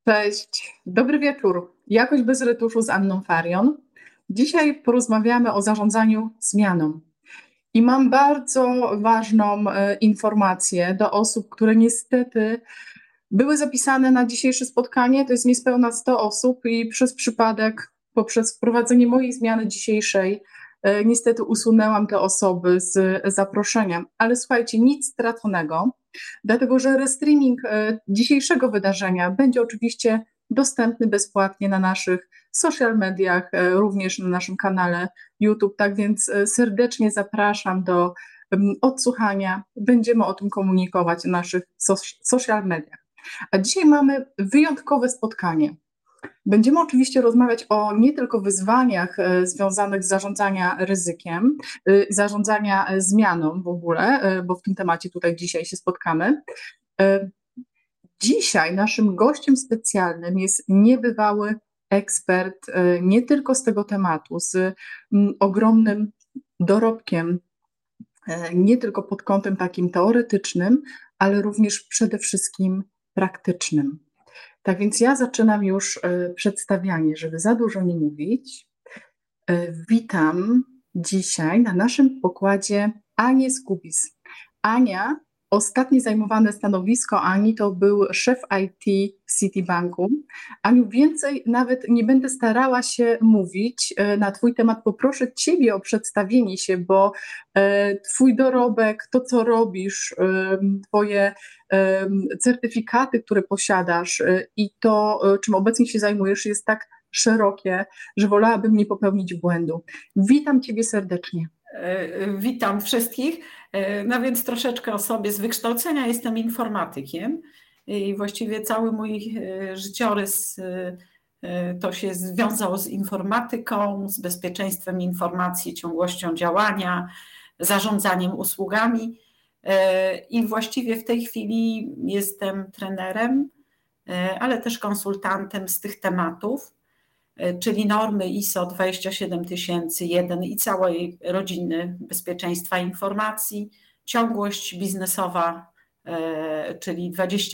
Cześć, dobry wieczór. Jakość bez retuszu z Anną Farion. Dzisiaj porozmawiamy o zarządzaniu zmianą. I mam bardzo ważną informację do osób, które niestety były zapisane na dzisiejsze spotkanie. To jest niespełna 100 osób i przez przypadek, poprzez wprowadzenie mojej zmiany dzisiejszej, niestety usunęłam te osoby z zaproszenia. Ale słuchajcie, nic straconego, dlatego że restreaming dzisiejszego wydarzenia będzie oczywiście dostępny bezpłatnie na naszych social mediach, również na naszym kanale YouTube. Tak więc serdecznie zapraszam do odsłuchania. Będziemy o tym komunikować na naszych social mediach. A dzisiaj mamy wyjątkowe spotkanie. Będziemy oczywiście rozmawiać o nie tylko wyzwaniach związanych z zarządzania ryzykiem, zarządzania zmianą w ogóle, bo w tym temacie tutaj dzisiaj się spotkamy. Dzisiaj naszym gościem specjalnym jest niebywały ekspert nie tylko z tego tematu, z ogromnym dorobkiem, nie tylko pod kątem takim teoretycznym, ale również przede wszystkim praktycznym. Tak więc ja zaczynam już przedstawianie, żeby za dużo nie mówić. Witam dzisiaj na naszym pokładzie Anię Skubis. Ania, ostatnie zajmowane stanowisko Ani to był szef IT w Citibanku. Aniu, więcej nawet nie będę starała się mówić na Twój temat. Poproszę Ciebie o przedstawienie się, bo Twój dorobek, to co robisz, Twoje certyfikaty, które posiadasz i to, czym obecnie się zajmujesz, jest tak szerokie, że wolałabym nie popełnić błędu. Witam Ciebie serdecznie. Witam wszystkich. No więc troszeczkę o sobie. Z wykształcenia jestem informatykiem i właściwie cały mój życiorys to się związało z informatyką, z bezpieczeństwem informacji, ciągłością działania, zarządzaniem usługami i właściwie w tej chwili jestem trenerem, ale też konsultantem z tych tematów, czyli normy ISO 27001 i całej rodziny bezpieczeństwa informacji, ciągłość biznesowa, czyli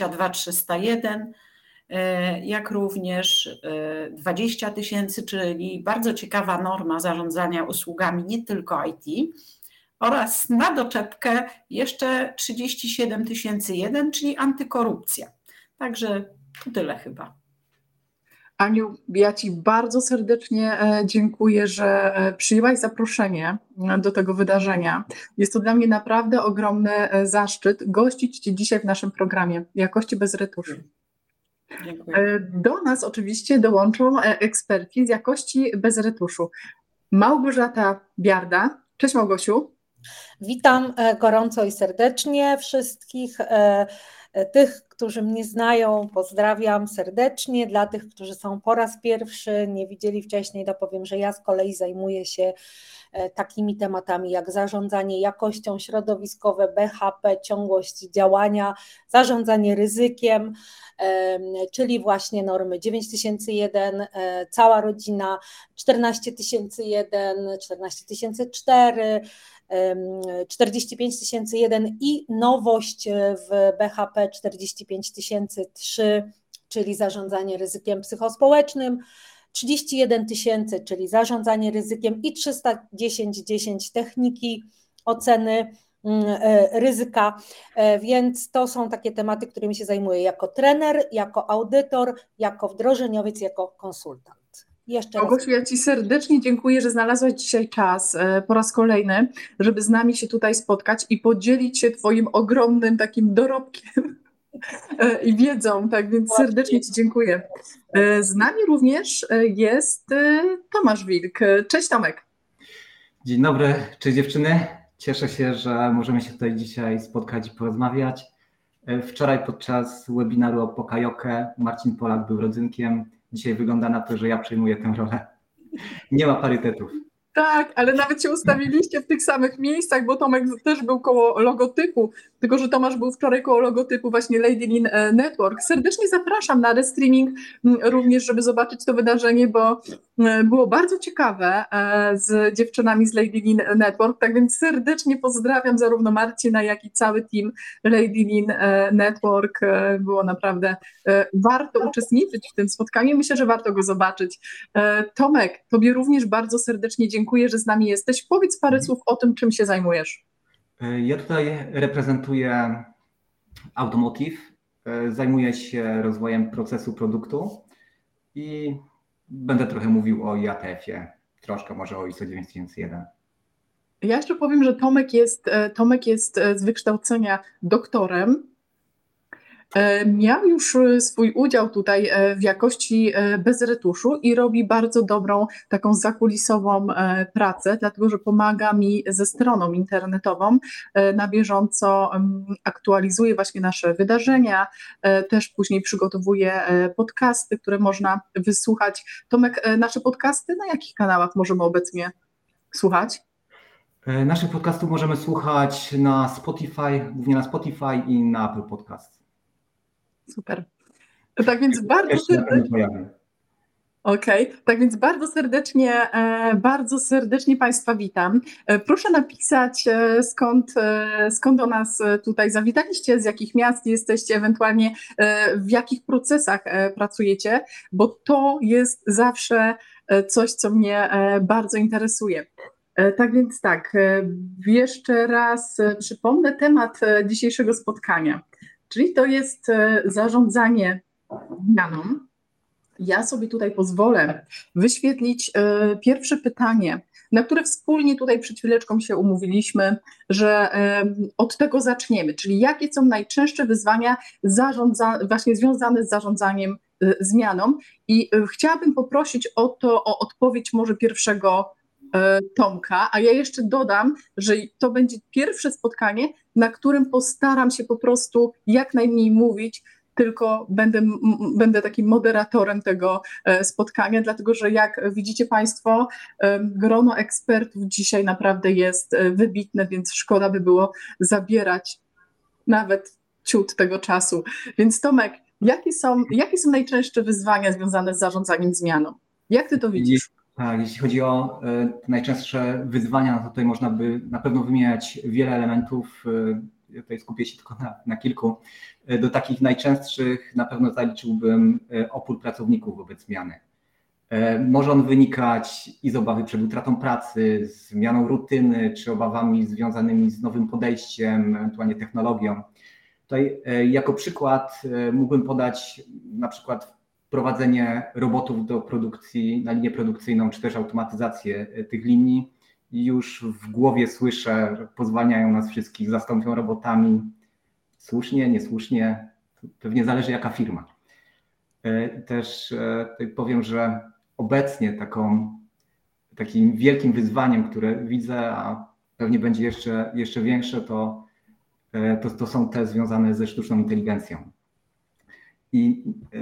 22301, jak również 20 000, czyli bardzo ciekawa norma zarządzania usługami, nie tylko IT, oraz na doczepkę jeszcze 37001, czyli antykorupcja. Także to tyle chyba. Aniu, ja Ci bardzo serdecznie dziękuję, że przyjęłaś zaproszenie do tego wydarzenia. Jest to dla mnie naprawdę ogromny zaszczyt gościć Cię dzisiaj w naszym programie Jakości bez retuszu. Dziękuję. Do nas oczywiście dołączą eksperci z Jakości bez retuszu. Małgorzata Biarda. Cześć Małgosiu. Witam gorąco i serdecznie wszystkich. Tych, którzy mnie znają, pozdrawiam serdecznie. Dla tych, którzy są po raz pierwszy, nie widzieli wcześniej, dopowiem, że ja z kolei zajmuję się takimi tematami jak zarządzanie jakością, środowiskowe, BHP, ciągłość działania, zarządzanie ryzykiem, czyli właśnie normy 9001, cała rodzina, 14001, 14004, 45001 i nowość w BHP 45003, czyli zarządzanie ryzykiem psychospołecznym, 31 000, czyli zarządzanie ryzykiem i 310.10 techniki oceny ryzyka, więc to są takie tematy, którymi się zajmuję jako trener, jako audytor, jako wdrożeniowiec, jako konsultant. Małgosiu, ja Ci serdecznie dziękuję, że znalazłaś dzisiaj czas po raz kolejny, żeby z nami się tutaj spotkać i podzielić się Twoim ogromnym takim dorobkiem i wiedzą, tak więc serdecznie Ci dziękuję. Z nami również jest Tomasz Wilk. Cześć Tomek. Dzień dobry, cześć dziewczyny. Cieszę się, że możemy się tutaj dzisiaj spotkać i porozmawiać. Wczoraj podczas webinaru o Pokajokę Marcin Polak był rodzynkiem. Dzisiaj wygląda na to, że ja przejmuję tę rolę. Nie ma parytetów. Tak, ale nawet się ustawiliście w tych samych miejscach, bo Tomek też był koło logotypu, tylko że Tomasz był wczoraj koło logotypu właśnie Lady Lean Network. Serdecznie zapraszam na restreaming również, żeby zobaczyć to wydarzenie, bo było bardzo ciekawe z dziewczynami z Lady Lean Network, tak więc serdecznie pozdrawiam zarówno Marcina, jak i cały team Lady Lean Network. Było naprawdę warto uczestniczyć w tym spotkaniu. Myślę, że warto go zobaczyć. Tomek, tobie również bardzo serdecznie dziękuję, że z nami jesteś. Powiedz parę słów o tym, czym się zajmujesz. Ja tutaj reprezentuję Automotive, zajmuję się rozwojem procesu produktu i będę trochę mówił o IATF-ie, troszkę może o ISO 9001. Ja jeszcze powiem, że Tomek jest z wykształcenia doktorem. Miał już swój udział tutaj w jakości bez retuszu i robi bardzo dobrą taką zakulisową pracę, dlatego że pomaga mi ze stroną internetową, na bieżąco aktualizuje właśnie nasze wydarzenia, też później przygotowuje podcasty, które można wysłuchać. Tomek, nasze podcasty na jakich kanałach możemy obecnie słuchać? Naszych podcastów możemy słuchać na Spotify, głównie na Spotify i na Apple Podcast. Super. Tak więc tak więc bardzo serdecznie Państwa witam. Proszę napisać, skąd do nas tutaj zawitaliście, z jakich miast jesteście, ewentualnie w jakich procesach pracujecie, bo to jest zawsze coś, co mnie bardzo interesuje. Tak więc jeszcze raz przypomnę temat dzisiejszego spotkania, czyli to jest zarządzanie zmianą. Ja sobie tutaj pozwolę wyświetlić pierwsze pytanie, na które wspólnie tutaj przed chwileczką się umówiliśmy, że od tego zaczniemy, czyli jakie są najczęstsze wyzwania właśnie związane z zarządzaniem zmianą i chciałabym poprosić o odpowiedź może pierwszego Tomka, a ja jeszcze dodam, że to będzie pierwsze spotkanie, na którym postaram się po prostu jak najmniej mówić, tylko będę takim moderatorem tego spotkania, dlatego że jak widzicie Państwo, grono ekspertów dzisiaj naprawdę jest wybitne, więc szkoda by było zabierać nawet ciut tego czasu. Więc Tomek, jakie są najczęstsze wyzwania związane z zarządzaniem zmianą? Jak ty to widzisz? Tak, jeśli chodzi o najczęstsze wyzwania, no to tutaj można by na pewno wymieniać wiele elementów. Ja tutaj skupię się tylko na kilku. Do takich najczęstszych na pewno zaliczyłbym opór pracowników wobec zmiany. Może on wynikać i z obawy przed utratą pracy, z zmianą rutyny, czy obawami związanymi z nowym podejściem, ewentualnie technologią. Tutaj jako przykład mógłbym podać na przykład wprowadzenie robotów do produkcji na linię produkcyjną, czy też automatyzację tych linii. I już w głowie słyszę, że pozwalniają nas wszystkich, zastąpią robotami. Słusznie, niesłusznie, pewnie zależy jaka firma. Też powiem, że obecnie takim wielkim wyzwaniem, które widzę, a pewnie będzie jeszcze większe, to są te związane ze sztuczną inteligencją. I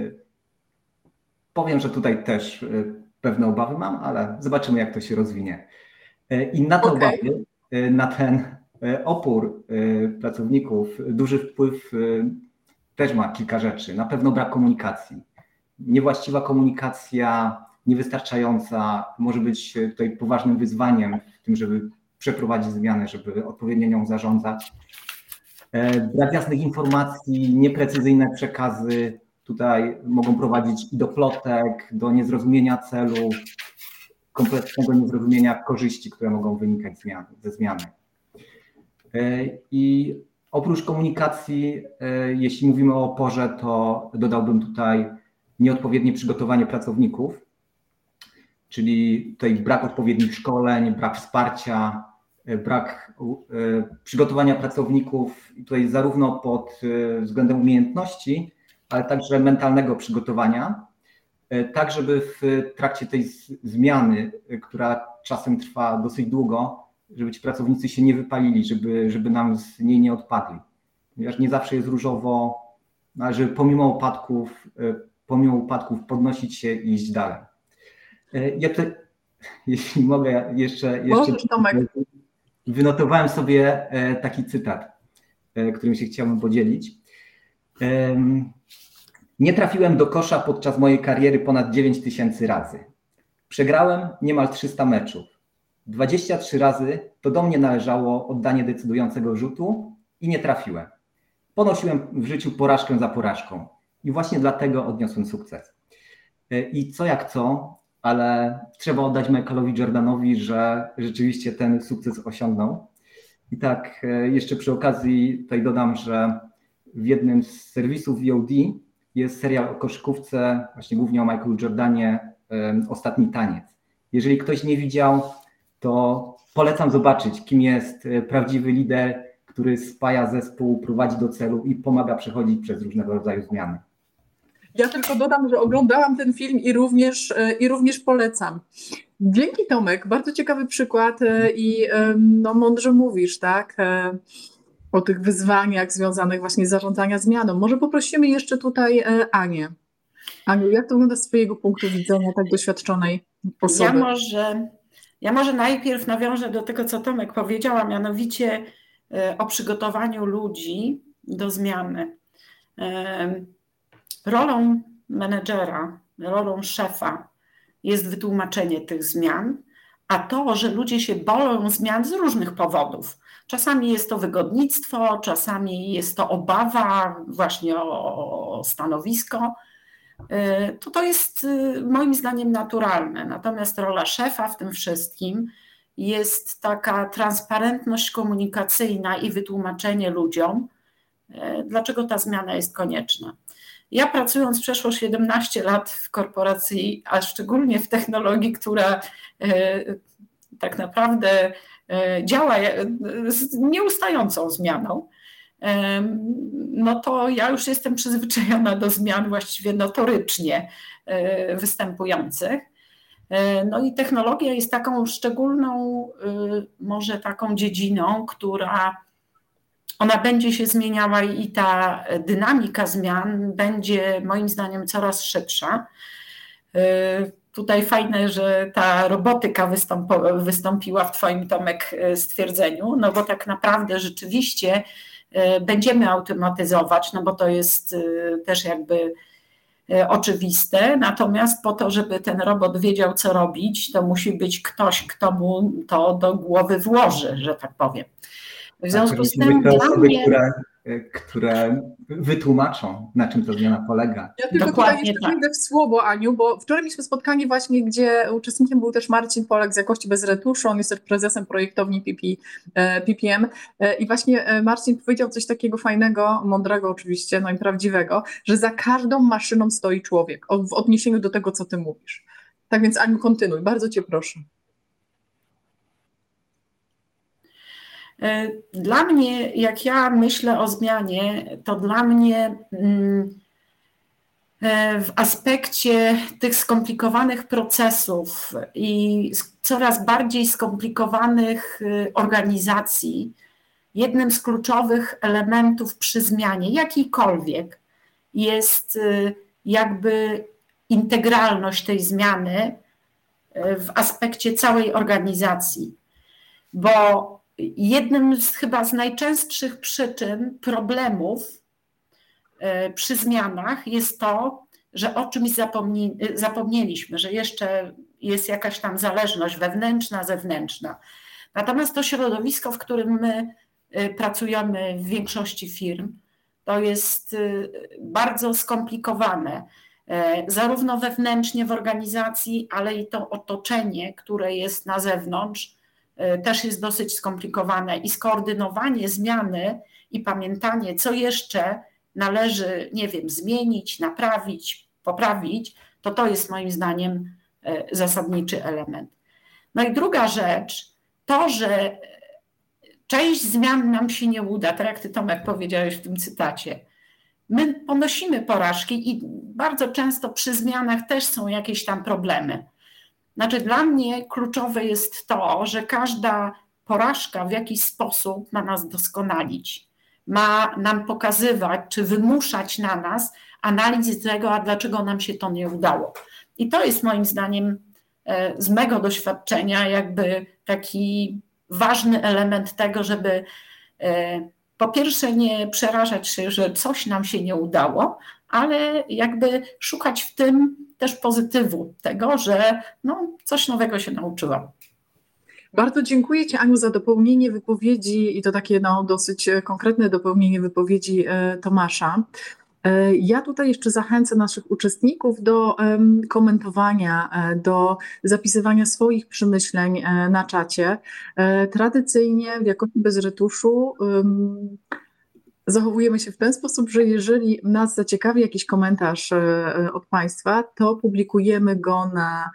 powiem, że tutaj też pewne obawy mam, ale zobaczymy, jak to się rozwinie. I na te obawy, na ten opór pracowników duży wpływ też ma kilka rzeczy. Na pewno brak komunikacji. Niewłaściwa komunikacja, niewystarczająca może być tutaj poważnym wyzwaniem w tym, żeby przeprowadzić zmianę, żeby odpowiednio nią zarządzać. Brak jasnych informacji, nieprecyzyjne przekazy tutaj mogą prowadzić i do plotek, do niezrozumienia celu, kompletnego niezrozumienia korzyści, które mogą wynikać ze zmiany. I oprócz komunikacji, jeśli mówimy o oporze, to dodałbym tutaj nieodpowiednie przygotowanie pracowników, czyli tutaj brak odpowiednich szkoleń, brak wsparcia, brak przygotowania pracowników tutaj zarówno pod względem umiejętności, ale także mentalnego przygotowania, tak żeby w trakcie tej zmiany, która czasem trwa dosyć długo, żeby ci pracownicy się nie wypalili, żeby nam z niej nie odpadli. Ponieważ nie zawsze jest różowo, ale żeby pomimo upadków podnosić się i iść dalej. Ja tutaj jeśli mogę jeszcze Możesz, Tomek. wynotowałem sobie taki cytat, którym się chciałbym podzielić. Nie trafiłem do kosza podczas mojej kariery ponad 9000 razy. Przegrałem niemal 300 meczów. 23 razy to do mnie należało oddanie decydującego rzutu i nie trafiłem. Ponosiłem w życiu porażkę za porażką i właśnie dlatego odniosłem sukces. I co jak co, ale trzeba oddać Michaelowi Jordanowi, że rzeczywiście ten sukces osiągnął. I tak jeszcze przy okazji tutaj dodam, że w jednym z serwisów VOD jest serial o koszykówce, właśnie głównie o Michaelu Jordanie, Ostatni taniec. Jeżeli ktoś nie widział, to polecam zobaczyć, kim jest prawdziwy lider, który spaja zespół, prowadzi do celu i pomaga przechodzić przez różnego rodzaju zmiany. Ja tylko dodam, że oglądałam ten film i również polecam. Dzięki, Tomek, bardzo ciekawy przykład i no, mądrze mówisz, tak? O tych wyzwaniach związanych właśnie z zarządzaniem zmianą. Może poprosimy jeszcze tutaj Anię. Aniu, jak to wygląda z twojego punktu widzenia tak doświadczonej osoby? Ja może najpierw nawiążę do tego, co Tomek powiedział, a mianowicie o przygotowaniu ludzi do zmiany. Rolą menedżera, rolą szefa jest wytłumaczenie tych zmian, a to, że ludzie się boją zmian z różnych powodów. Czasami jest to wygodnictwo, czasami jest to obawa właśnie o stanowisko. To jest moim zdaniem naturalne. Natomiast rola szefa w tym wszystkim jest taka transparentność komunikacyjna i wytłumaczenie ludziom, dlaczego ta zmiana jest konieczna. Ja pracując przeszło 17 lat w korporacji, a szczególnie w technologii, która tak naprawdę działa z nieustającą zmianą, no to ja już jestem przyzwyczajona do zmian właściwie notorycznie występujących. No i technologia jest taką szczególną, może taką dziedziną, która ona będzie się zmieniała i ta dynamika zmian będzie moim zdaniem coraz szybsza. Tutaj fajne, że ta robotyka wystąpiła w twoim, Tomek, stwierdzeniu, no bo tak naprawdę rzeczywiście będziemy automatyzować, no bo to jest też jakby oczywiste, natomiast po to, żeby ten robot wiedział, co robić, to musi być ktoś, kto mu to do głowy włoży, że tak powiem. W związku z tym dla mnie... które wytłumaczą, na czym ta zmiana polega. Ja tylko tutaj jeszcze wejdę w słowo, Aniu, bo wczoraj mieliśmy spotkanie właśnie, gdzie uczestnikiem był też Marcin Polak z Jakości bez retuszu, on jest też prezesem projektowni PPM i właśnie Marcin powiedział coś takiego fajnego, mądrego oczywiście, no i prawdziwego, że za każdą maszyną stoi człowiek, w odniesieniu do tego, co ty mówisz. Tak więc, Aniu, kontynuuj, bardzo cię proszę. Dla mnie, jak ja myślę o zmianie, to dla mnie w aspekcie tych skomplikowanych procesów i coraz bardziej skomplikowanych organizacji, jednym z kluczowych elementów przy zmianie jakiejkolwiek jest jakby integralność tej zmiany w aspekcie całej organizacji, bo jednym z chyba z najczęstszych przyczyn problemów przy zmianach jest to, że o czymś zapomnieliśmy, że jeszcze jest jakaś tam zależność wewnętrzna, zewnętrzna. Natomiast to środowisko, w którym my pracujemy w większości firm, to jest bardzo skomplikowane, zarówno wewnętrznie w organizacji, ale i to otoczenie, które jest na zewnątrz, też jest dosyć skomplikowane i skoordynowanie zmiany i pamiętanie, co jeszcze należy, nie wiem, zmienić, naprawić, poprawić, to jest moim zdaniem zasadniczy element. No i druga rzecz, to, że część zmian nam się nie uda, tak jak ty, Tomek, powiedziałeś w tym cytacie. My ponosimy porażki i bardzo często przy zmianach też są jakieś tam problemy. Znaczy dla mnie kluczowe jest to, że każda porażka w jakiś sposób ma nas doskonalić, ma nam pokazywać, czy wymuszać na nas analizę tego, a dlaczego nam się to nie udało. I to jest moim zdaniem z mego doświadczenia jakby taki ważny element tego, żeby po pierwsze nie przerażać się, że coś nam się nie udało, ale jakby szukać w tym też pozytywu tego, że coś nowego się nauczyłam. Bardzo dziękuję Ci, Aniu, za dopełnienie wypowiedzi i to takie dosyć konkretne dopełnienie wypowiedzi Tomasza. Ja tutaj jeszcze zachęcę naszych uczestników do komentowania, do zapisywania swoich przemyśleń na czacie. Tradycyjnie w Jakości bez retuszu zachowujemy się w ten sposób, że jeżeli nas zaciekawi jakiś komentarz od Państwa, to publikujemy go na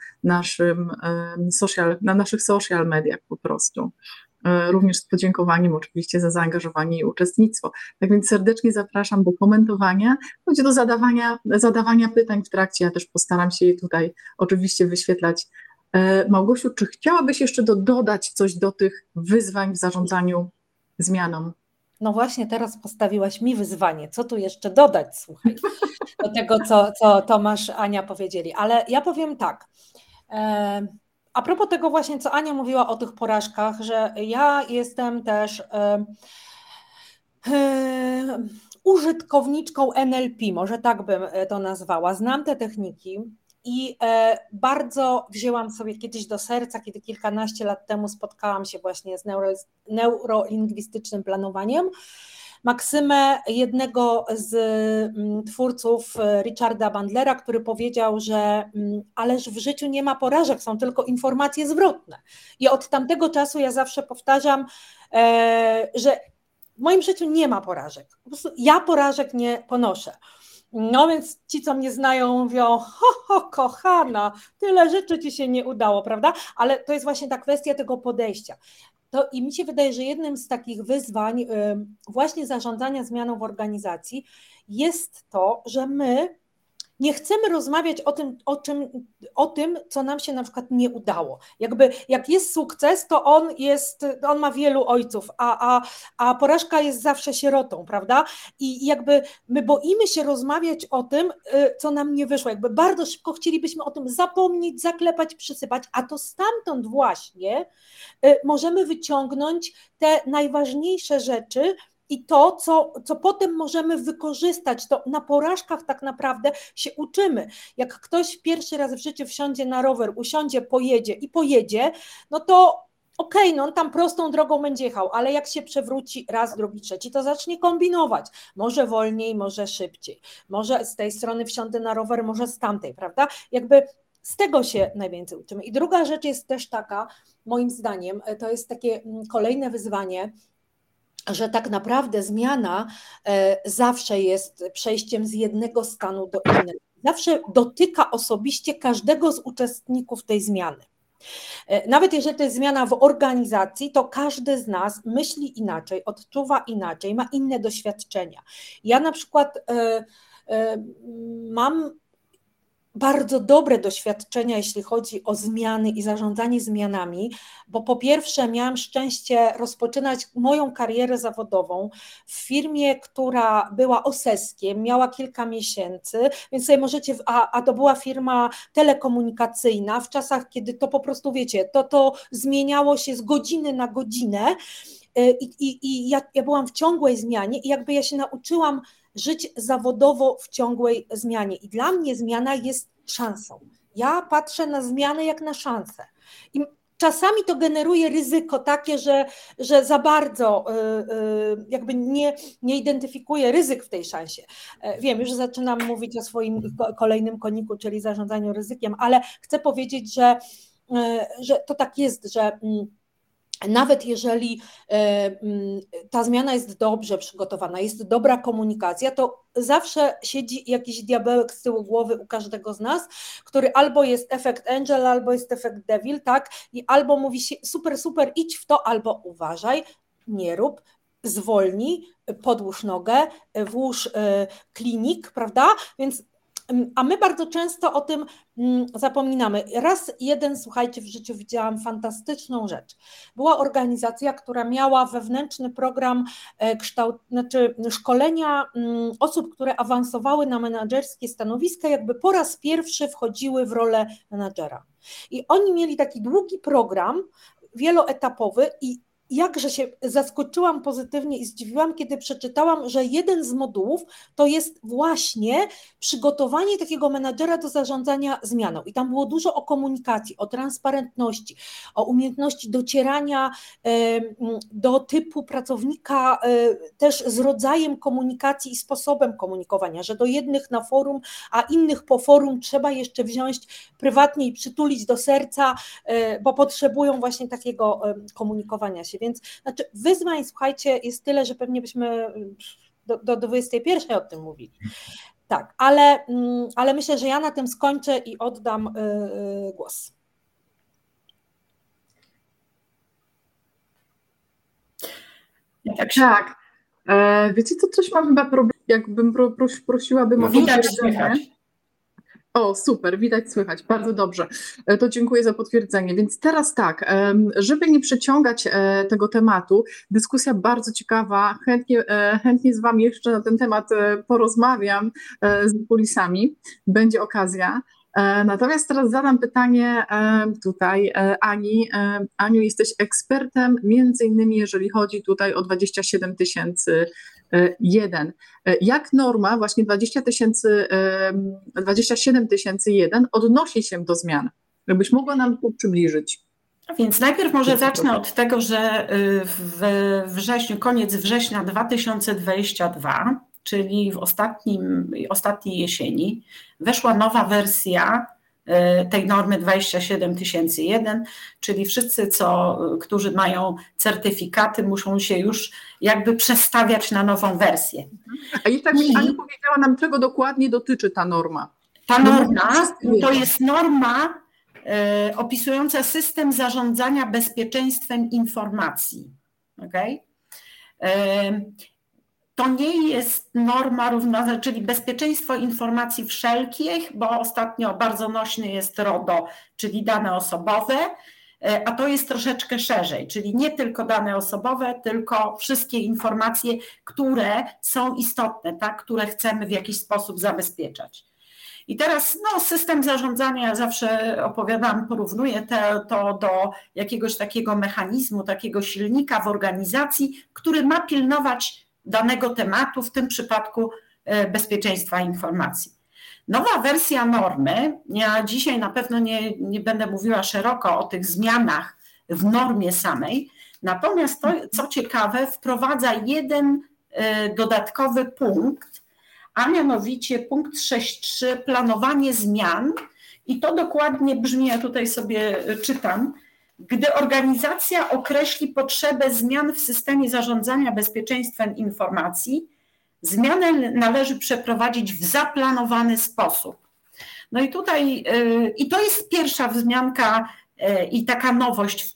naszych social mediach po prostu. Również z podziękowaniem oczywiście za zaangażowanie i uczestnictwo. Tak więc serdecznie zapraszam do komentowania, bądź do zadawania pytań w trakcie. Ja też postaram się je tutaj oczywiście wyświetlać. Małgosiu, czy chciałabyś jeszcze dodać coś do tych wyzwań w zarządzaniu zmianą? No właśnie teraz postawiłaś mi wyzwanie. Co tu jeszcze dodać, słuchaj, do tego, co Tomasz, Ania powiedzieli. Ale ja powiem tak. A propos tego właśnie, co Ania mówiła o tych porażkach, że ja jestem też użytkowniczką NLP, może tak bym to nazwała. Znam te techniki i bardzo wzięłam sobie kiedyś do serca, kiedy kilkanaście lat temu spotkałam się właśnie z neurolingwistycznym planowaniem, maksymę jednego z twórców Richarda Bandlera, który powiedział, że ależ w życiu nie ma porażek, są tylko informacje zwrotne. I od tamtego czasu ja zawsze powtarzam, że w moim życiu nie ma porażek. Po prostu ja porażek nie ponoszę. No więc ci, co mnie znają, mówią, kochana, tyle rzeczy ci się nie udało, prawda? Ale to jest właśnie ta kwestia tego podejścia. I mi się wydaje, że jednym z takich wyzwań właśnie zarządzania zmianą w organizacji jest to, że my nie chcemy rozmawiać o tym, co nam się na przykład nie udało. Jak jest sukces, to on ma wielu ojców, a porażka jest zawsze sierotą, prawda? I jakby my boimy się rozmawiać o tym, co nam nie wyszło. Jakby bardzo szybko chcielibyśmy o tym zapomnieć, zaklepać, przysypać, a to stamtąd właśnie możemy wyciągnąć te najważniejsze rzeczy, i to, co potem możemy wykorzystać, to na porażkach tak naprawdę się uczymy. Jak ktoś pierwszy raz w życiu wsiądzie na rower, usiądzie, pojedzie, no to okej, on tam prostą drogą będzie jechał, ale jak się przewróci raz, drugi, trzeci, to zacznie kombinować. Może wolniej, może szybciej. Może z tej strony wsiądę na rower, może z tamtej, prawda? Jakby z tego się najwięcej uczymy. I druga rzecz jest też taka, moim zdaniem, to jest takie kolejne wyzwanie, że tak naprawdę zmiana zawsze jest przejściem z jednego stanu do innego. Zawsze dotyka osobiście każdego z uczestników tej zmiany. Nawet jeżeli to jest zmiana w organizacji, to każdy z nas myśli inaczej, odczuwa inaczej, ma inne doświadczenia. Ja na przykład mam bardzo dobre doświadczenia, jeśli chodzi o zmiany i zarządzanie zmianami, bo po pierwsze miałam szczęście rozpoczynać moją karierę zawodową w firmie, która była OSESkiem, miała kilka miesięcy, więc sobie możecie, a to była firma telekomunikacyjna w czasach, kiedy to po prostu, wiecie, to zmieniało się z godziny na godzinę i ja byłam w ciągłej zmianie i jakby ja się nauczyłam żyć zawodowo w ciągłej zmianie. I dla mnie zmiana jest szansą. Ja patrzę na zmianę jak na szansę. I czasami to generuje ryzyko takie, że za bardzo jakby nie identyfikuję ryzyk w tej szansie. Wiem, już zaczynam mówić o swoim kolejnym koniku, czyli zarządzaniu ryzykiem, ale chcę powiedzieć, że to tak jest, że nawet jeżeli ta zmiana jest dobrze przygotowana, jest dobra komunikacja, to zawsze siedzi jakiś diabełek z tyłu głowy u każdego z nas, który albo jest efekt angel, albo jest efekt devil, tak? I albo mówi się super, idź w to, albo uważaj, nie rób, zwolnij, podłóż nogę, włóż klinik, prawda? Więc A my bardzo często o tym zapominamy. Raz jeden, słuchajcie, w życiu widziałam fantastyczną rzecz. Była organizacja, która miała wewnętrzny program szkolenia osób, które awansowały na menadżerskie stanowiska, jakby po raz pierwszy wchodziły w rolę menadżera. I oni mieli taki długi program, wieloetapowy i jakże się zaskoczyłam pozytywnie i zdziwiłam, kiedy przeczytałam, że jeden z modułów to jest właśnie przygotowanie takiego menadżera do zarządzania zmianą. I tam było dużo o komunikacji, o transparentności, o umiejętności docierania do typu pracownika też z rodzajem komunikacji i sposobem komunikowania, że do jednych na forum, a innych po forum trzeba jeszcze wziąć prywatnie i przytulić do serca, bo potrzebują właśnie takiego komunikowania się. Więc znaczy wyzwań, słuchajcie, jest tyle, że pewnie byśmy do 21 o tym mówili. Tak, ale myślę, że ja na tym skończę i oddam głos. Tak. Wiecie co, coś mam chyba problem, jakbym prosiłabym o potwierdzenie. O, super, widać, słychać, bardzo dobrze. To dziękuję za potwierdzenie. Więc teraz tak, żeby nie przeciągać tego tematu, dyskusja bardzo ciekawa, chętnie z Wami jeszcze na ten temat porozmawiam z kulisami, będzie okazja. Natomiast teraz zadam pytanie tutaj Ani. Aniu, jesteś ekspertem, między innymi jeżeli chodzi tutaj o 27 001. Jak norma właśnie 27 001 odnosi się do zmian? Gdybyś mogła nam to przybliżyć. Więc najpierw może zacznę od tego, że koniec września 2022, czyli w ostatniej jesieni, weszła nowa wersja tej normy 27 001, czyli wszyscy, którzy mają certyfikaty, muszą się już jakby przestawiać na nową wersję. A jeszcze Aniu powiedziała nam, czego dokładnie dotyczy ta norma. Ta norma to jest norma opisująca system zarządzania bezpieczeństwem informacji. Okay? To nie jest norma równoważna, czyli bezpieczeństwo informacji wszelkich, bo ostatnio bardzo nośny jest RODO, czyli dane osobowe, a to jest troszeczkę szerzej, czyli nie tylko dane osobowe, tylko wszystkie informacje, które są istotne, tak, które chcemy w jakiś sposób zabezpieczać. I teraz system zarządzania, ja zawsze opowiadam, porównuję to do jakiegoś takiego mechanizmu, takiego silnika w organizacji, który ma pilnować danego tematu, w tym przypadku bezpieczeństwa informacji. Nowa wersja normy, ja dzisiaj na pewno nie będę mówiła szeroko o tych zmianach w normie samej, natomiast to, co ciekawe, wprowadza jeden dodatkowy punkt, a mianowicie punkt 6.3, planowanie zmian, i to dokładnie brzmi, ja tutaj sobie czytam: gdy organizacja określi potrzebę zmian w systemie zarządzania bezpieczeństwem informacji, zmianę należy przeprowadzić w zaplanowany sposób. No i tutaj, i to jest pierwsza wzmianka i taka nowość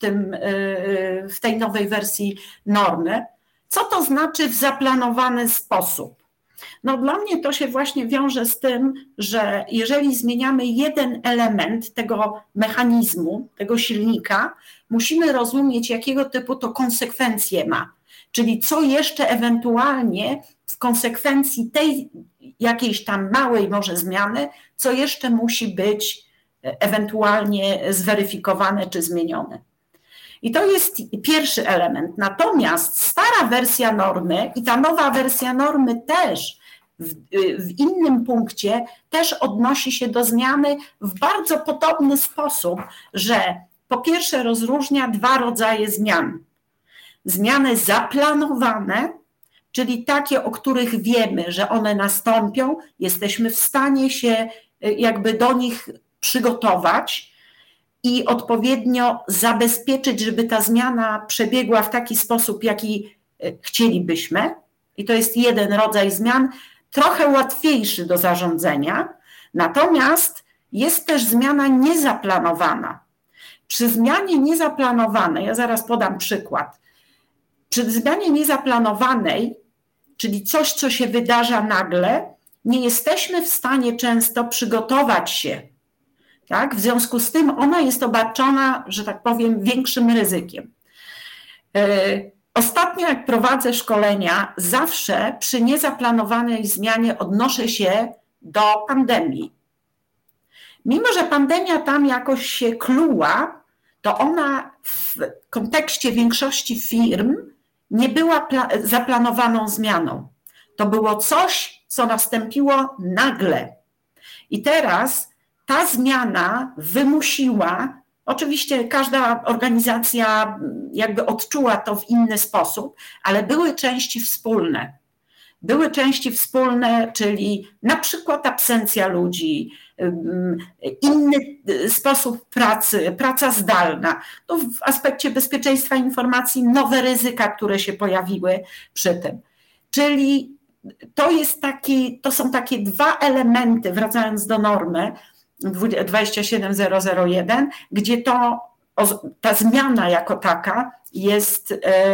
w tej nowej wersji normy. Co to znaczy w zaplanowany sposób? No dla mnie to się właśnie wiąże z tym, że jeżeli zmieniamy jeden element tego mechanizmu, tego silnika, musimy rozumieć, jakiego typu to konsekwencje ma. Czyli co jeszcze ewentualnie w konsekwencji tej jakiejś tam małej może zmiany, co jeszcze musi być ewentualnie zweryfikowane czy zmienione. I to jest pierwszy element. Natomiast stara wersja normy i ta nowa wersja normy też w innym punkcie też odnosi się do zmiany w bardzo podobny sposób, że po pierwsze rozróżnia dwa rodzaje zmian. Zmiany zaplanowane, czyli takie, o których wiemy, że one nastąpią, jesteśmy w stanie się jakby do nich przygotować i odpowiednio zabezpieczyć, żeby ta zmiana przebiegła w taki sposób, jaki chcielibyśmy. I to jest jeden rodzaj zmian, trochę łatwiejszy do zarządzania. Natomiast jest też zmiana niezaplanowana. Przy zmianie niezaplanowanej, ja zaraz podam przykład, przy zmianie niezaplanowanej, czyli coś, co się wydarza nagle, nie jesteśmy w stanie często przygotować się. Tak? W związku z tym ona jest obarczona, że tak powiem, większym ryzykiem. Ostatnio, jak prowadzę szkolenia, zawsze przy niezaplanowanej zmianie odnoszę się do pandemii. Mimo że pandemia tam jakoś się kluła, to ona w kontekście większości firm nie była zaplanowaną zmianą. To było coś, co nastąpiło nagle. I teraz ta zmiana wymusiła, oczywiście każda organizacja jakby odczuła to w inny sposób, ale były części wspólne. Były części wspólne, czyli na przykład absencja ludzi, inny sposób pracy, praca zdalna. No w aspekcie bezpieczeństwa informacji nowe ryzyka, które się pojawiły przy tym. Czyli to są takie dwa elementy, wracając do normy 27001, gdzie ta zmiana jako taka jest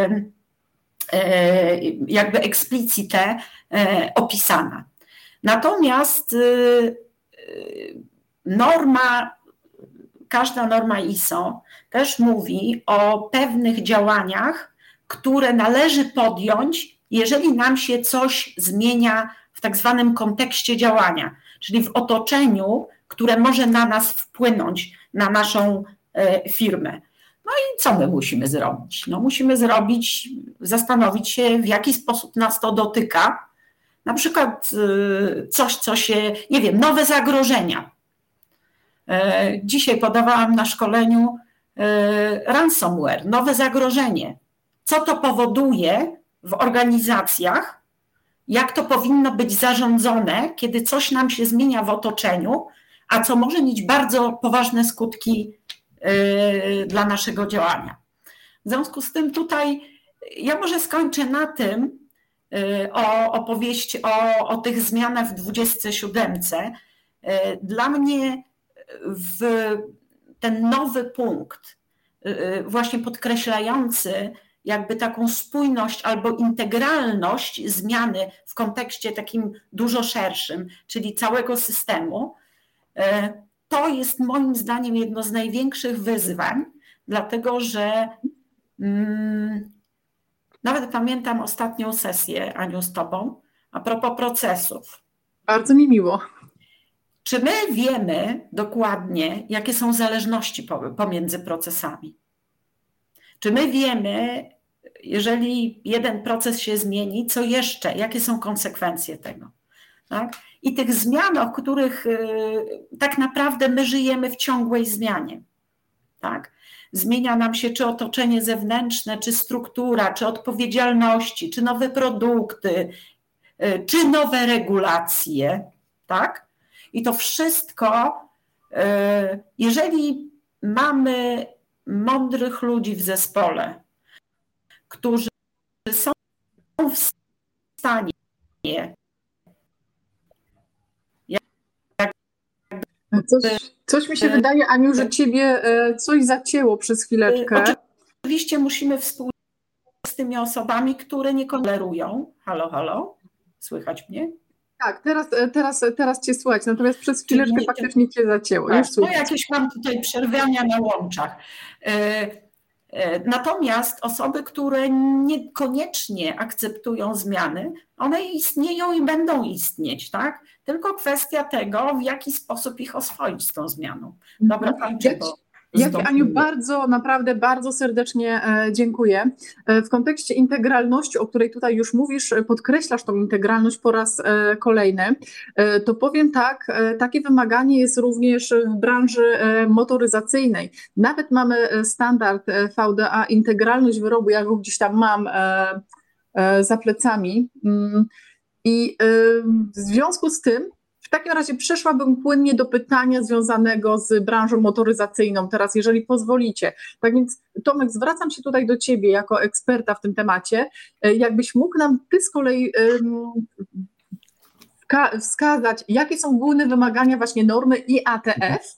jakby explicite opisana. Natomiast każda norma ISO też mówi o pewnych działaniach, które należy podjąć, jeżeli nam się coś zmienia w tak zwanym kontekście działania, czyli w otoczeniu, które może na nas wpłynąć, na naszą firmę. No i co my musimy zrobić? No musimy zastanowić się, w jaki sposób nas to dotyka. Na przykład coś, co się, nie wiem, nowe zagrożenia. Dzisiaj podawałam na szkoleniu ransomware, nowe zagrożenie. Co to powoduje w organizacjach, jak to powinno być zarządzone, kiedy coś nam się zmienia w otoczeniu, a co może mieć bardzo poważne skutki dla naszego działania. W związku z tym tutaj ja może skończę na tym opowieść o tych zmianach w 27. Dla mnie ten nowy punkt, właśnie podkreślający jakby taką spójność albo integralność zmiany w kontekście takim dużo szerszym, czyli całego systemu, to jest moim zdaniem jedno z największych wyzwań, dlatego że nawet pamiętam ostatnią sesję, Aniu, z Tobą, a propos procesów. Bardzo mi miło. Czy my wiemy dokładnie, jakie są zależności pomiędzy procesami? Czy my wiemy, jeżeli jeden proces się zmieni, co jeszcze, jakie są konsekwencje tego? Tak? I tych zmian, o których tak naprawdę my żyjemy w ciągłej zmianie. Tak? Zmienia nam się czy otoczenie zewnętrzne, czy struktura, czy odpowiedzialności, czy nowe produkty, czy nowe regulacje. Tak? I to wszystko, jeżeli mamy mądrych ludzi w zespole, którzy są w stanie Coś mi się wydaje, Aniu, że ciebie coś zacięło przez chwileczkę. Oczywiście musimy współpracować z tymi osobami, które nie tolerują. Halo, halo? Słychać mnie? Tak, teraz cię słychać, natomiast przez chwileczkę faktycznie cię zacięło. Tak, już słychać. No jakieś mam tutaj przerwania na łączach. Natomiast osoby, które niekoniecznie akceptują zmiany, one istnieją i będą istnieć, tak? Tylko kwestia tego, w jaki sposób ich oswoić z tą zmianą. Dobra, kończę, Ja Ci, Aniu, naprawdę bardzo serdecznie dziękuję. W kontekście integralności, o której tutaj już mówisz, podkreślasz tą integralność po raz kolejny, to powiem tak, takie wymaganie jest również w branży motoryzacyjnej. Nawet mamy standard VDA, integralność wyrobu, ja go gdzieś tam mam za plecami i w związku z tym w takim razie przeszłabym płynnie do pytania związanego z branżą motoryzacyjną teraz, jeżeli pozwolicie. Tak więc, Tomek, zwracam się tutaj do Ciebie jako eksperta w tym temacie. Jakbyś mógł nam Ty z kolei wskazać, jakie są główne wymagania właśnie normy IATF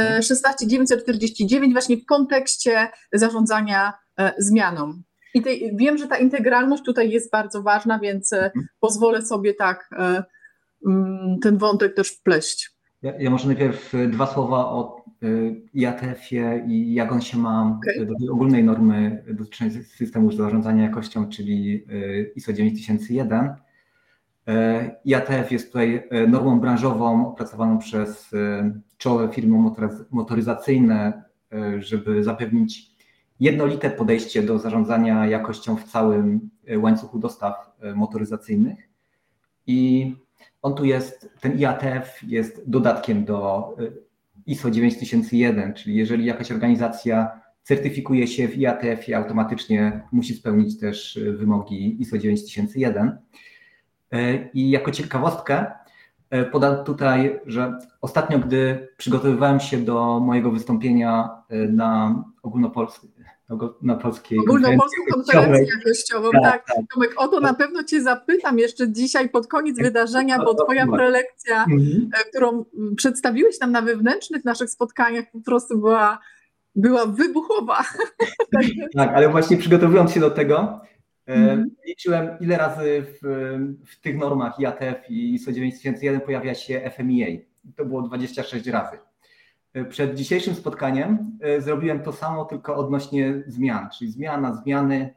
16949 właśnie w kontekście zarządzania zmianą. I wiem, że ta integralność tutaj jest bardzo ważna, więc pozwolę sobie tak ten wątek też wpleść. Ja może najpierw 2 słowa o IATF-ie i jak on się ma do tej ogólnej normy dotyczącej systemu zarządzania jakością, czyli ISO 9001. IATF jest tutaj normą branżową opracowaną przez czołowe firmy motoryzacyjne, żeby zapewnić jednolite podejście do zarządzania jakością w całym łańcuchu dostaw motoryzacyjnych. I on tu jest, ten IATF jest dodatkiem do ISO 9001, czyli jeżeli jakaś organizacja certyfikuje się w IATF-ie, automatycznie musi spełnić też wymogi ISO 9001. I jako ciekawostkę podam tutaj, że ostatnio, gdy przygotowywałem się do mojego wystąpienia na ogólnopolskiej Ogólnopolską konferencję jakościową, tak. Tomek, o to na pewno Cię zapytam jeszcze dzisiaj pod koniec wydarzenia, bo Twoja prelekcja, którą przedstawiłeś nam na wewnętrznych naszych spotkaniach, po prostu była wybuchowa. Tak, ale właśnie przygotowując się do tego, liczyłem, ile razy w tych normach IATF i ISO 9001 pojawia się FMEA. To było 26 razy. Przed dzisiejszym spotkaniem zrobiłem to samo, tylko odnośnie zmian, czyli zmiany.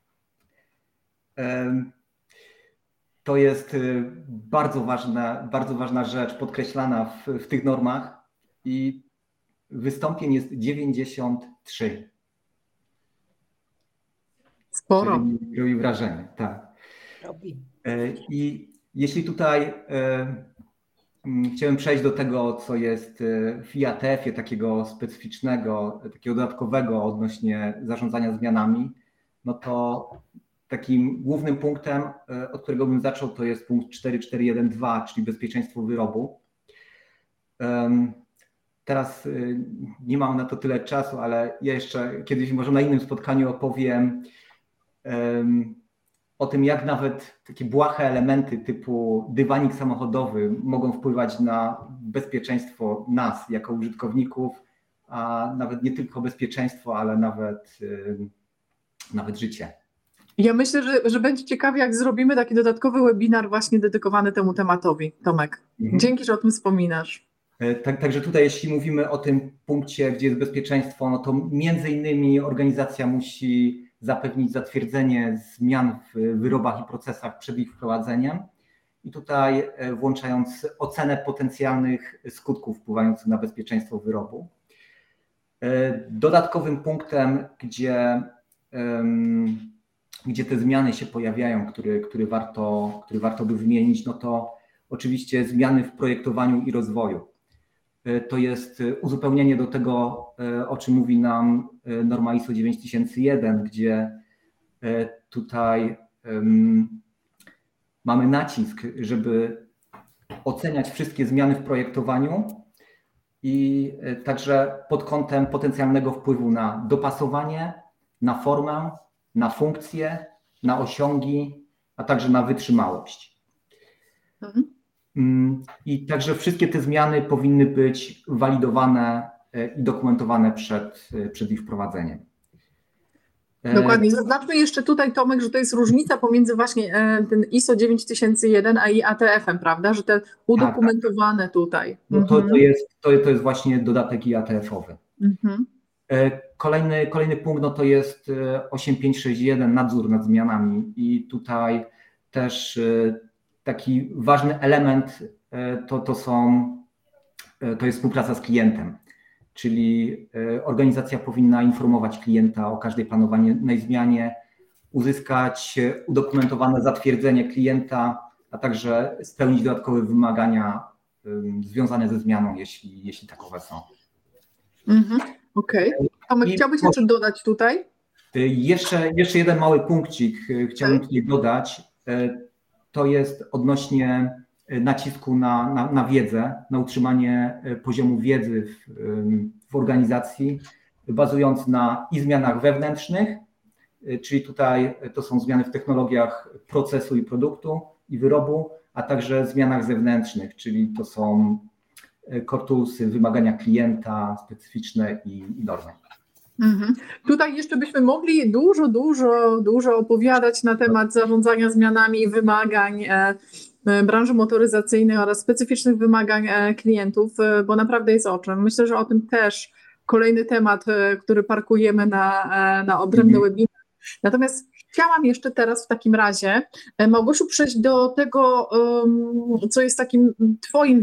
To jest bardzo ważna rzecz podkreślana w tych normach i wystąpień jest 93. Sporo. Robi wrażenie, tak. I jeśli tutaj chciałem przejść do tego, co jest w IATF-ie takiego specyficznego, takiego dodatkowego odnośnie zarządzania zmianami, no to takim głównym punktem, od którego bym zaczął, to jest punkt 4412, czyli bezpieczeństwo wyrobu. Teraz nie mam na to tyle czasu, ale ja jeszcze kiedyś może na innym spotkaniu opowiem o tym, jak nawet takie błahe elementy typu dywanik samochodowy mogą wpływać na bezpieczeństwo nas jako użytkowników, a nawet nie tylko bezpieczeństwo, ale nawet życie. Ja myślę, że będzie ciekawie, jak zrobimy taki dodatkowy webinar właśnie dedykowany temu tematowi, Tomek. Dzięki, że o tym wspominasz. Także tutaj, jeśli mówimy o tym punkcie, gdzie jest bezpieczeństwo, no to między innymi organizacja musi zapewnić zatwierdzenie zmian w wyrobach i procesach przed ich wprowadzeniem i tutaj włączając ocenę potencjalnych skutków wpływających na bezpieczeństwo wyrobu. Dodatkowym punktem, gdzie te zmiany się pojawiają, który warto by wymienić, no to oczywiście zmiany w projektowaniu i rozwoju. To jest uzupełnienie do tego, o czym mówi nam norma ISO 9001, gdzie tutaj mamy nacisk, żeby oceniać wszystkie zmiany w projektowaniu i także pod kątem potencjalnego wpływu na dopasowanie, na formę, na funkcje, na osiągi, a także na wytrzymałość. I także wszystkie te zmiany powinny być walidowane i dokumentowane przed ich wprowadzeniem. Dokładnie. Zaznaczmy jeszcze tutaj, Tomek, że to jest różnica pomiędzy właśnie ten ISO 9001 a IATF-em, prawda? Że te udokumentowane tutaj. No to jest właśnie dodatek IATF-owy. Kolejny punkt no to jest 8561, nadzór nad zmianami i tutaj też taki ważny element to jest współpraca z klientem, czyli organizacja powinna informować klienta o każdej planowanej zmianie, uzyskać udokumentowane zatwierdzenie klienta, a także spełnić dodatkowe wymagania związane ze zmianą, jeśli takowe są. Okej. Tomek, chciałbyś jeszcze dodać tutaj? Jeszcze jeden mały punkcik chciałbym tutaj dodać. To jest odnośnie nacisku na wiedzę, na utrzymanie poziomu wiedzy w organizacji, bazując na i zmianach wewnętrznych, czyli tutaj to są zmiany w technologiach procesu i produktu i wyrobu, a także zmianach zewnętrznych, czyli to są core toolsy, wymagania klienta specyficzne i normy. Tutaj jeszcze byśmy mogli dużo opowiadać na temat zarządzania zmianami, wymagań branży motoryzacyjnej oraz specyficznych wymagań klientów, bo naprawdę jest o czym. Myślę, że o tym też kolejny temat, który parkujemy na odrębny webinar. Natomiast chciałam jeszcze teraz w takim razie, Małgosiu, przejść do tego, co jest takim twoim,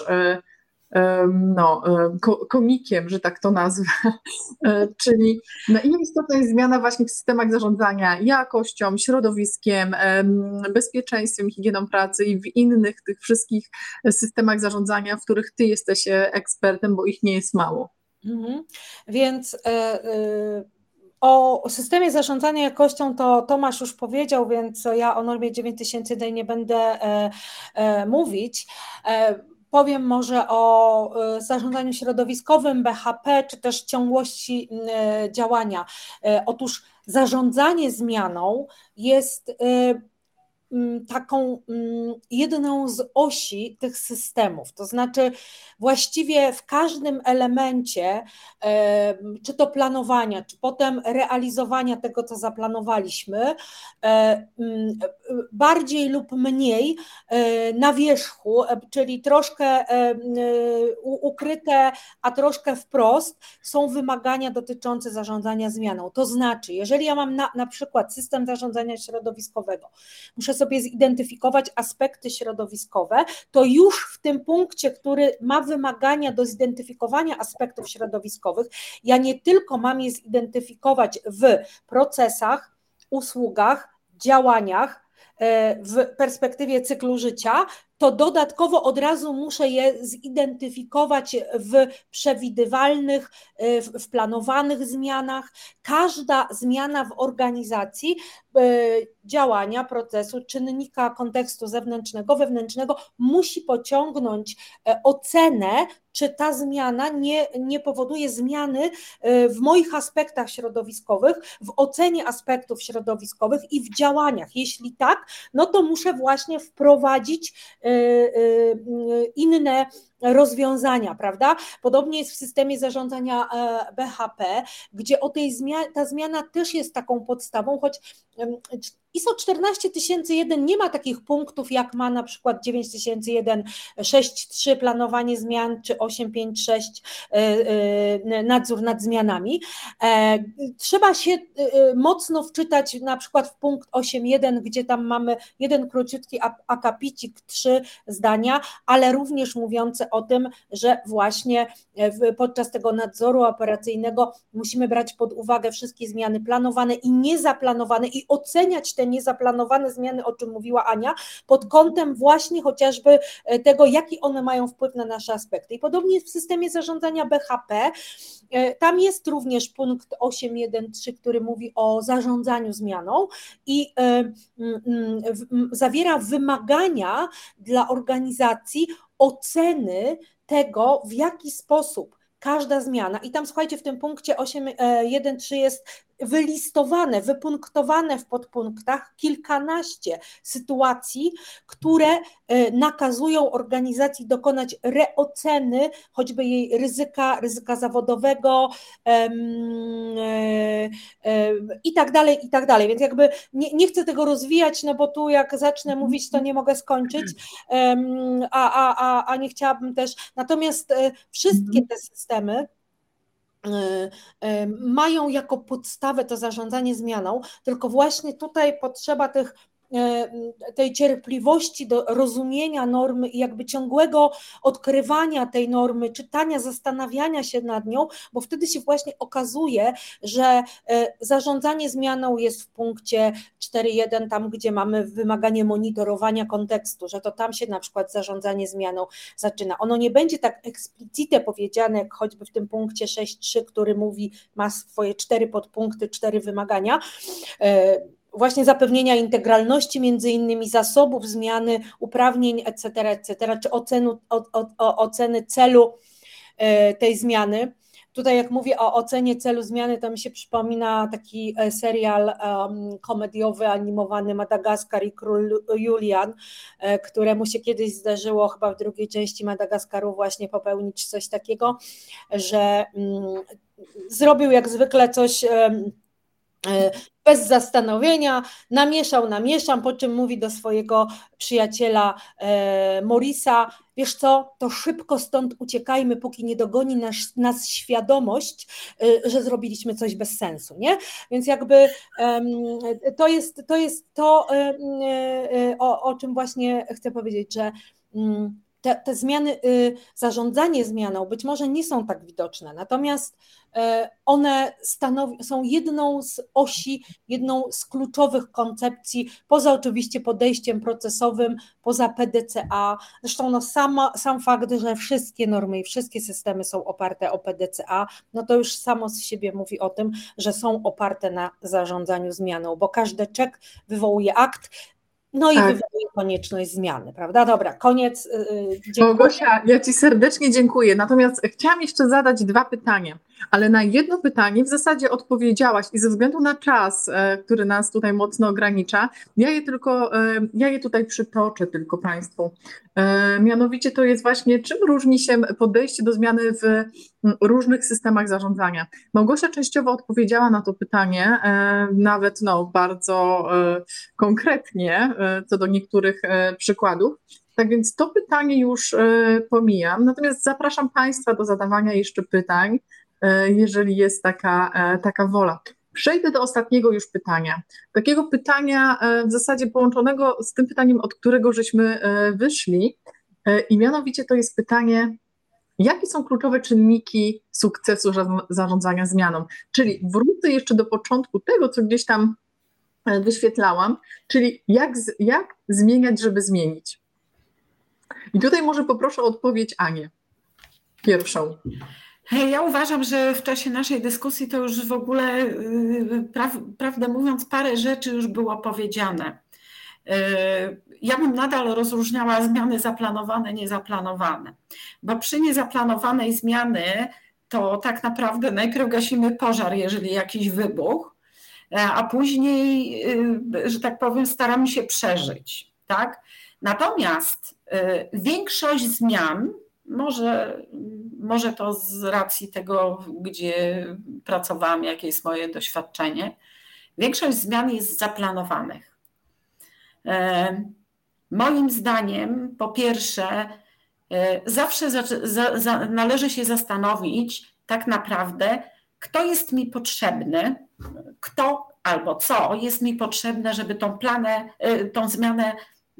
komikiem, że tak to nazwę, czyli na ile istotna jest zmiana właśnie w systemach zarządzania jakością, środowiskiem, bezpieczeństwem, higieną pracy i w innych tych wszystkich systemach zarządzania, w których ty jesteś ekspertem, bo ich nie jest mało. Więc o systemie zarządzania jakością to Tomasz już powiedział, więc ja o normie 9001 nie będę mówić. Powiem może o zarządzaniu środowiskowym, BHP, czy też ciągłości działania. Otóż zarządzanie zmianą jest taką jedną z osi tych systemów, to znaczy właściwie w każdym elemencie, czy to planowania, czy potem realizowania tego, co zaplanowaliśmy, bardziej lub mniej na wierzchu, czyli troszkę ukryte, a troszkę wprost są wymagania dotyczące zarządzania zmianą. To znaczy, jeżeli ja mam na przykład system zarządzania środowiskowego, muszę sobie zidentyfikować aspekty środowiskowe, to już w tym punkcie, który ma wymagania do zidentyfikowania aspektów środowiskowych, ja nie tylko mam je zidentyfikować w procesach, usługach, działaniach, w perspektywie cyklu życia, to dodatkowo od razu muszę je zidentyfikować w przewidywalnych, w planowanych zmianach. Każda zmiana w organizacji działania, procesu, czynnika kontekstu zewnętrznego, wewnętrznego musi pociągnąć ocenę, czy ta zmiana nie powoduje zmiany w moich aspektach środowiskowych, w ocenie aspektów środowiskowych i w działaniach. Jeśli tak, no to muszę właśnie wprowadzić inne rozwiązania, prawda? Podobnie jest w systemie zarządzania BHP, gdzie ta zmiana też jest taką podstawą, choć ISO 14001 nie ma takich punktów, jak ma na przykład 9001 6.3 planowanie zmian, czy 856 nadzór nad zmianami. Trzeba się mocno wczytać na przykład w punkt 8.1, gdzie tam mamy jeden króciutki akapicik, 3 zdania, ale również mówiące o tym, że właśnie podczas tego nadzoru operacyjnego musimy brać pod uwagę wszystkie zmiany planowane i niezaplanowane i oceniać te niezaplanowane zmiany, o czym mówiła Ania, pod kątem właśnie chociażby tego, jaki one mają wpływ na nasze aspekty. I podobnie w systemie zarządzania BHP, tam jest również punkt 8.1.3, który mówi o zarządzaniu zmianą i zawiera wymagania dla organizacji oceny tego, w jaki sposób każda zmiana, i tam słuchajcie, w tym punkcie 8.1.3 jest wylistowane, wypunktowane w podpunktach kilkanaście sytuacji, które nakazują organizacji dokonać reoceny choćby jej ryzyka zawodowego i tak dalej. Więc jakby nie chcę tego rozwijać, no bo tu jak zacznę mówić, to nie mogę skończyć, a nie chciałabym też. Natomiast wszystkie te systemy mają jako podstawę to zarządzanie zmianą, tylko właśnie tutaj potrzeba tej cierpliwości do rozumienia normy i jakby ciągłego odkrywania tej normy, czytania, zastanawiania się nad nią, bo wtedy się właśnie okazuje, że zarządzanie zmianą jest w punkcie 4.1, tam gdzie mamy wymaganie monitorowania kontekstu, że to tam się na przykład zarządzanie zmianą zaczyna. Ono nie będzie tak explicite powiedziane, jak choćby w tym punkcie 6.3, który mówi, ma swoje 4 podpunkty, 4 wymagania, właśnie zapewnienia integralności między innymi zasobów, zmiany uprawnień, etc., czy oceny celu tej zmiany. Tutaj jak mówię o ocenie celu zmiany, to mi się przypomina taki serial komediowy, animowany Madagaskar i Król Julian, któremu się kiedyś zdarzyło chyba w drugiej części Madagaskaru właśnie popełnić coś takiego, że zrobił jak zwykle coś bez zastanowienia, namieszam, po czym mówi do swojego przyjaciela Morisa, wiesz co, to szybko stąd uciekajmy, póki nie dogoni nas świadomość, że zrobiliśmy coś bez sensu, nie? Więc jakby to jest to, o czym właśnie chcę powiedzieć, że te zmiany, zarządzanie zmianą być może nie są tak widoczne, natomiast one są jedną z osi, jedną z kluczowych koncepcji, poza oczywiście podejściem procesowym, poza PDCA. Zresztą sam fakt, że wszystkie normy i wszystkie systemy są oparte o PDCA, no to już samo z siebie mówi o tym, że są oparte na zarządzaniu zmianą, bo każdy czek wywołuje akt, no i wywołuje konieczność zmiany, prawda? Dobra, koniec. Dziękuję. Małgosia, ja Ci serdecznie dziękuję. Natomiast chciałam jeszcze zadać 2 pytania, ale na jedno pytanie w zasadzie odpowiedziałaś i ze względu na czas, który nas tutaj mocno ogranicza, ja je tutaj przytoczę tylko Państwu. Mianowicie to jest właśnie, czym różni się podejście do zmiany w różnych systemach zarządzania. Małgosia częściowo odpowiedziała na to pytanie, nawet bardzo konkretnie co do niektórych przykładów. Tak więc to pytanie już pomijam, natomiast zapraszam Państwa do zadawania jeszcze pytań, jeżeli jest taka wola. Przejdę do ostatniego już pytania. Takiego pytania w zasadzie połączonego z tym pytaniem, od którego żeśmy wyszli, i mianowicie to jest pytanie, jakie są kluczowe czynniki sukcesu zarządzania zmianą? Czyli wrócę jeszcze do początku tego, co gdzieś tam wyświetlałam, czyli jak zmieniać, żeby zmienić. I tutaj może poproszę o odpowiedź Anię, pierwszą. Ja uważam, że w czasie naszej dyskusji to już w ogóle, prawdę mówiąc, parę rzeczy już było powiedziane. Ja bym nadal rozróżniała zmiany zaplanowane, niezaplanowane, bo przy niezaplanowanej zmiany to tak naprawdę najpierw gasimy pożar, jeżeli jakiś wybuch, a później, że tak powiem, staramy się przeżyć, tak? Natomiast większość zmian, może to z racji tego, gdzie pracowałam, jakie jest moje doświadczenie, większość zmian jest zaplanowanych. Moim zdaniem, po pierwsze, zawsze należy się zastanowić tak naprawdę, kto jest mi potrzebny, kto albo co jest mi potrzebne, żeby tą zmianę,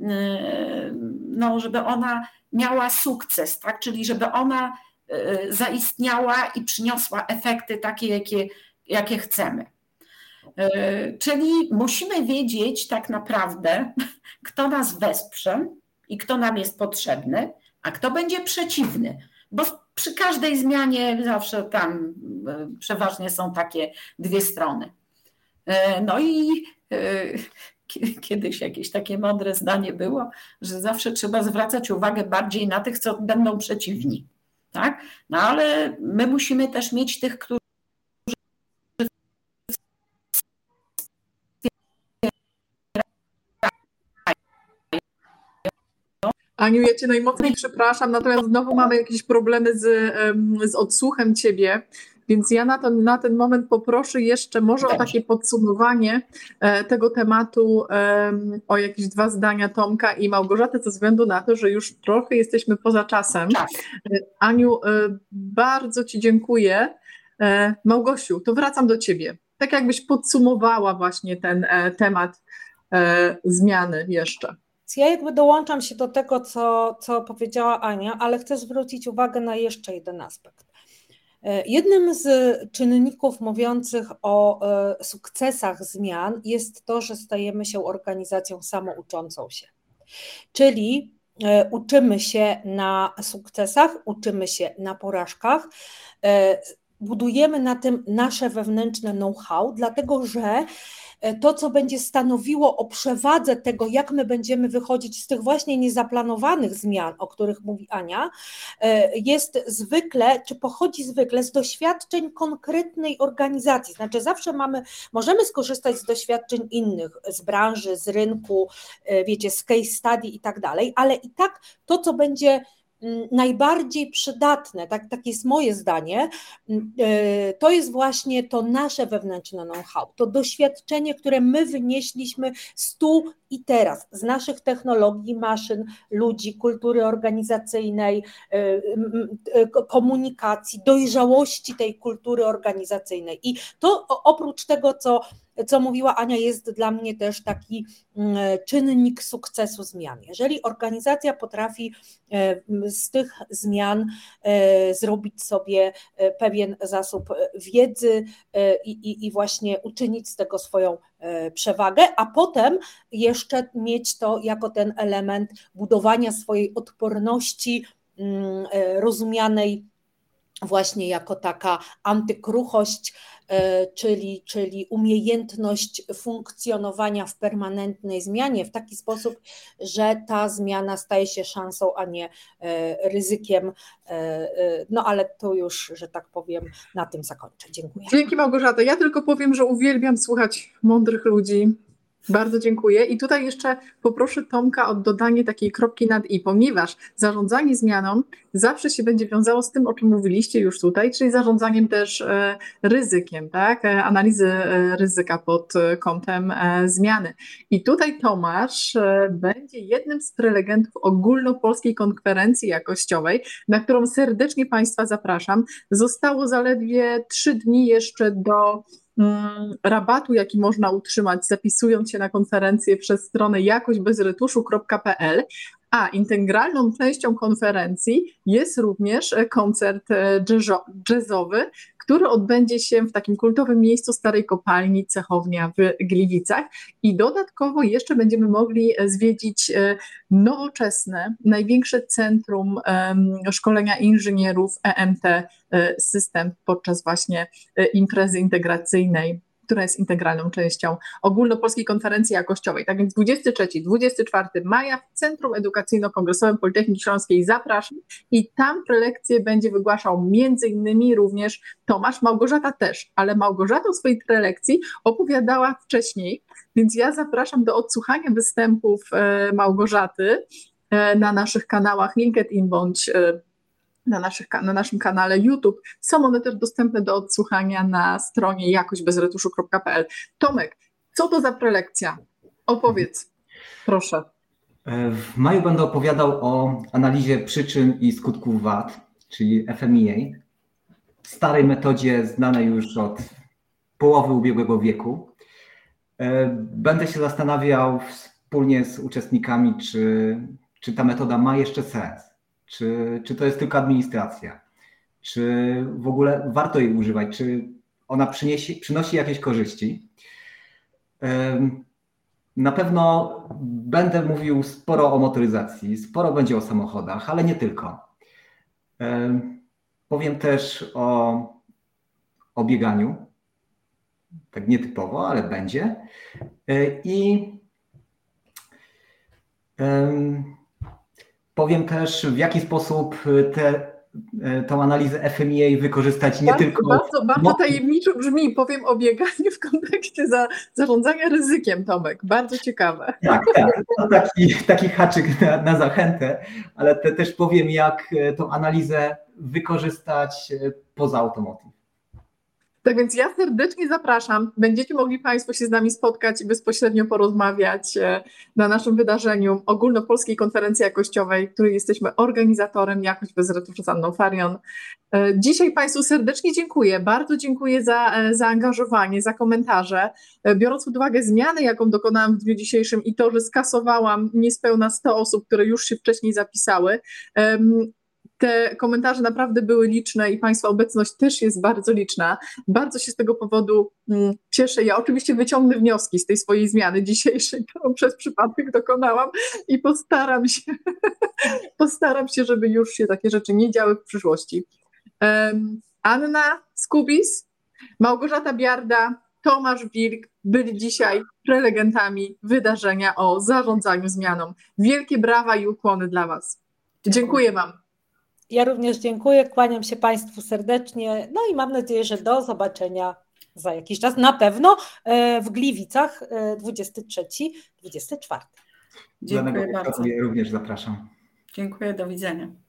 żeby ona miała sukces, tak? Czyli żeby ona zaistniała i przyniosła efekty takie, jakie chcemy. Czyli musimy wiedzieć tak naprawdę, kto nas wesprze i kto nam jest potrzebny, a kto będzie przeciwny, bo przy każdej zmianie zawsze tam przeważnie są takie 2 strony. No i kiedyś jakieś takie mądre zdanie było, że zawsze trzeba zwracać uwagę bardziej na tych, co będą przeciwni. Tak? No ale my musimy też mieć tych, którzy Aniu, ja Cię najmocniej przepraszam, natomiast znowu mamy jakieś problemy z odsłuchem Ciebie, więc ja na ten moment poproszę jeszcze może o takie podsumowanie tego tematu, o jakieś 2 zdania Tomka i Małgorzaty, ze względu na to, że już trochę jesteśmy poza czasem. Aniu, bardzo Ci dziękuję. Małgosiu, to wracam do Ciebie. Tak jakbyś podsumowała właśnie ten temat zmiany jeszcze. Ja jakby dołączam się do tego, co powiedziała Ania, ale chcę zwrócić uwagę na jeszcze jeden aspekt. Jednym z czynników mówiących o sukcesach zmian jest to, że stajemy się organizacją samouczącą się. Czyli uczymy się na sukcesach, uczymy się na porażkach, budujemy na tym nasze wewnętrzne know-how, dlatego że to, co będzie stanowiło o przewadze tego, jak my będziemy wychodzić z tych właśnie niezaplanowanych zmian, o których mówi Ania, jest zwykle, czy pochodzi zwykle z doświadczeń konkretnej organizacji. Znaczy zawsze możemy skorzystać z doświadczeń innych, z branży, z rynku, wiecie, z case study i tak dalej, ale i tak to, co będzie najbardziej przydatne, tak jest moje zdanie, to jest właśnie to nasze wewnętrzne know-how, to doświadczenie, które my wynieśliśmy z tu i teraz, z naszych technologii, maszyn, ludzi, kultury organizacyjnej, komunikacji, dojrzałości tej kultury organizacyjnej. I to oprócz tego, co mówiła Ania, jest dla mnie też taki czynnik sukcesu zmian. Jeżeli organizacja potrafi z tych zmian zrobić sobie pewien zasób wiedzy i właśnie uczynić z tego swoją przewagę, a potem jeszcze mieć to jako ten element budowania swojej odporności rozumianej właśnie jako taka antykruchość, czyli umiejętność funkcjonowania w permanentnej zmianie w taki sposób, że ta zmiana staje się szansą, a nie ryzykiem. No ale to już, że tak powiem, na tym zakończę. Dziękuję. Dzięki, Małgorzata. Ja tylko powiem, że uwielbiam słuchać mądrych ludzi. Bardzo dziękuję. I tutaj jeszcze poproszę Tomka o dodanie takiej kropki nad i, ponieważ zarządzanie zmianą zawsze się będzie wiązało z tym, o czym mówiliście już tutaj, czyli zarządzaniem też ryzykiem, tak? Analizy ryzyka pod kątem zmiany. I tutaj Tomasz będzie jednym z prelegentów ogólnopolskiej konferencji jakościowej, na którą serdecznie Państwa zapraszam. Zostało zaledwie 3 dni jeszcze do rabatu, jaki można utrzymać, zapisując się na konferencję przez stronę jakośćbezretuszu.pl, a integralną częścią konferencji jest również koncert jazzowy, który odbędzie się w takim kultowym miejscu Starej Kopalni Cechownia w Gliwicach i dodatkowo jeszcze będziemy mogli zwiedzić nowoczesne, największe centrum szkolenia inżynierów EMT System podczas właśnie imprezy integracyjnej, która jest integralną częścią ogólnopolskiej konferencji jakościowej. Tak więc 23-24 maja w Centrum Edukacyjno-Kongresowym Politechniki Śląskiej zapraszam i tam prelekcję będzie wygłaszał między innymi również Tomasz, Małgorzata też, ale Małgorzata o swojej prelekcji opowiadała wcześniej, więc ja zapraszam do odsłuchania występów Małgorzaty na naszych kanałach LinkedIn bądź na naszym kanale YouTube. Są one też dostępne do odsłuchania na stronie jakośćbezretuszu.pl. Tomek, co to za prelekcja? Opowiedz, proszę. W maju będę opowiadał o analizie przyczyn i skutków wad, czyli FMEA, starej metodzie znanej już od połowy ubiegłego wieku. Będę się zastanawiał wspólnie z uczestnikami, czy ta metoda ma jeszcze sens. Czy to jest tylko administracja? Czy w ogóle warto jej używać? Czy ona przynosi jakieś korzyści? Na pewno będę mówił sporo o motoryzacji, sporo będzie o samochodach, ale nie tylko. Powiem też o bieganiu. Tak nietypowo, ale będzie. I powiem też, w jaki sposób tą analizę FMEA wykorzystać nie tylko... Bardzo tajemniczo brzmi, powiem o bieganiu w kontekście zarządzania ryzykiem, Tomek. Bardzo ciekawe. Tak. To taki haczyk na zachętę, ale też powiem, jak tą analizę wykorzystać poza automotive. Tak więc ja serdecznie zapraszam. Będziecie mogli Państwo się z nami spotkać i bezpośrednio porozmawiać na naszym wydarzeniu Ogólnopolskiej Konferencji Jakościowej, której jesteśmy organizatorem. Jakość bez retuszu z Anną Farion. Dzisiaj Państwu serdecznie dziękuję. Bardzo dziękuję za zaangażowanie, za komentarze. Biorąc pod uwagę zmianę, jaką dokonałam w dniu dzisiejszym i to, że skasowałam niespełna 100 osób, które już się wcześniej zapisały, te komentarze naprawdę były liczne i Państwa obecność też jest bardzo liczna. Bardzo się z tego powodu cieszę. Ja oczywiście wyciągnę wnioski z tej swojej zmiany dzisiejszej, którą przez przypadek dokonałam i postaram się, żeby już się takie rzeczy nie działy w przyszłości. Anna Skubis, Małgorzata Biarda, Tomasz Wilk byli dzisiaj prelegentami wydarzenia o zarządzaniu zmianą. Wielkie brawa i ukłony dla Was. Dziękuję Wam. Ja również dziękuję, kłaniam się Państwu serdecznie, no i mam nadzieję, że do zobaczenia za jakiś czas, na pewno w Gliwicach 23-24. Dziękuję bardzo. Ja również zapraszam. Dziękuję, do widzenia.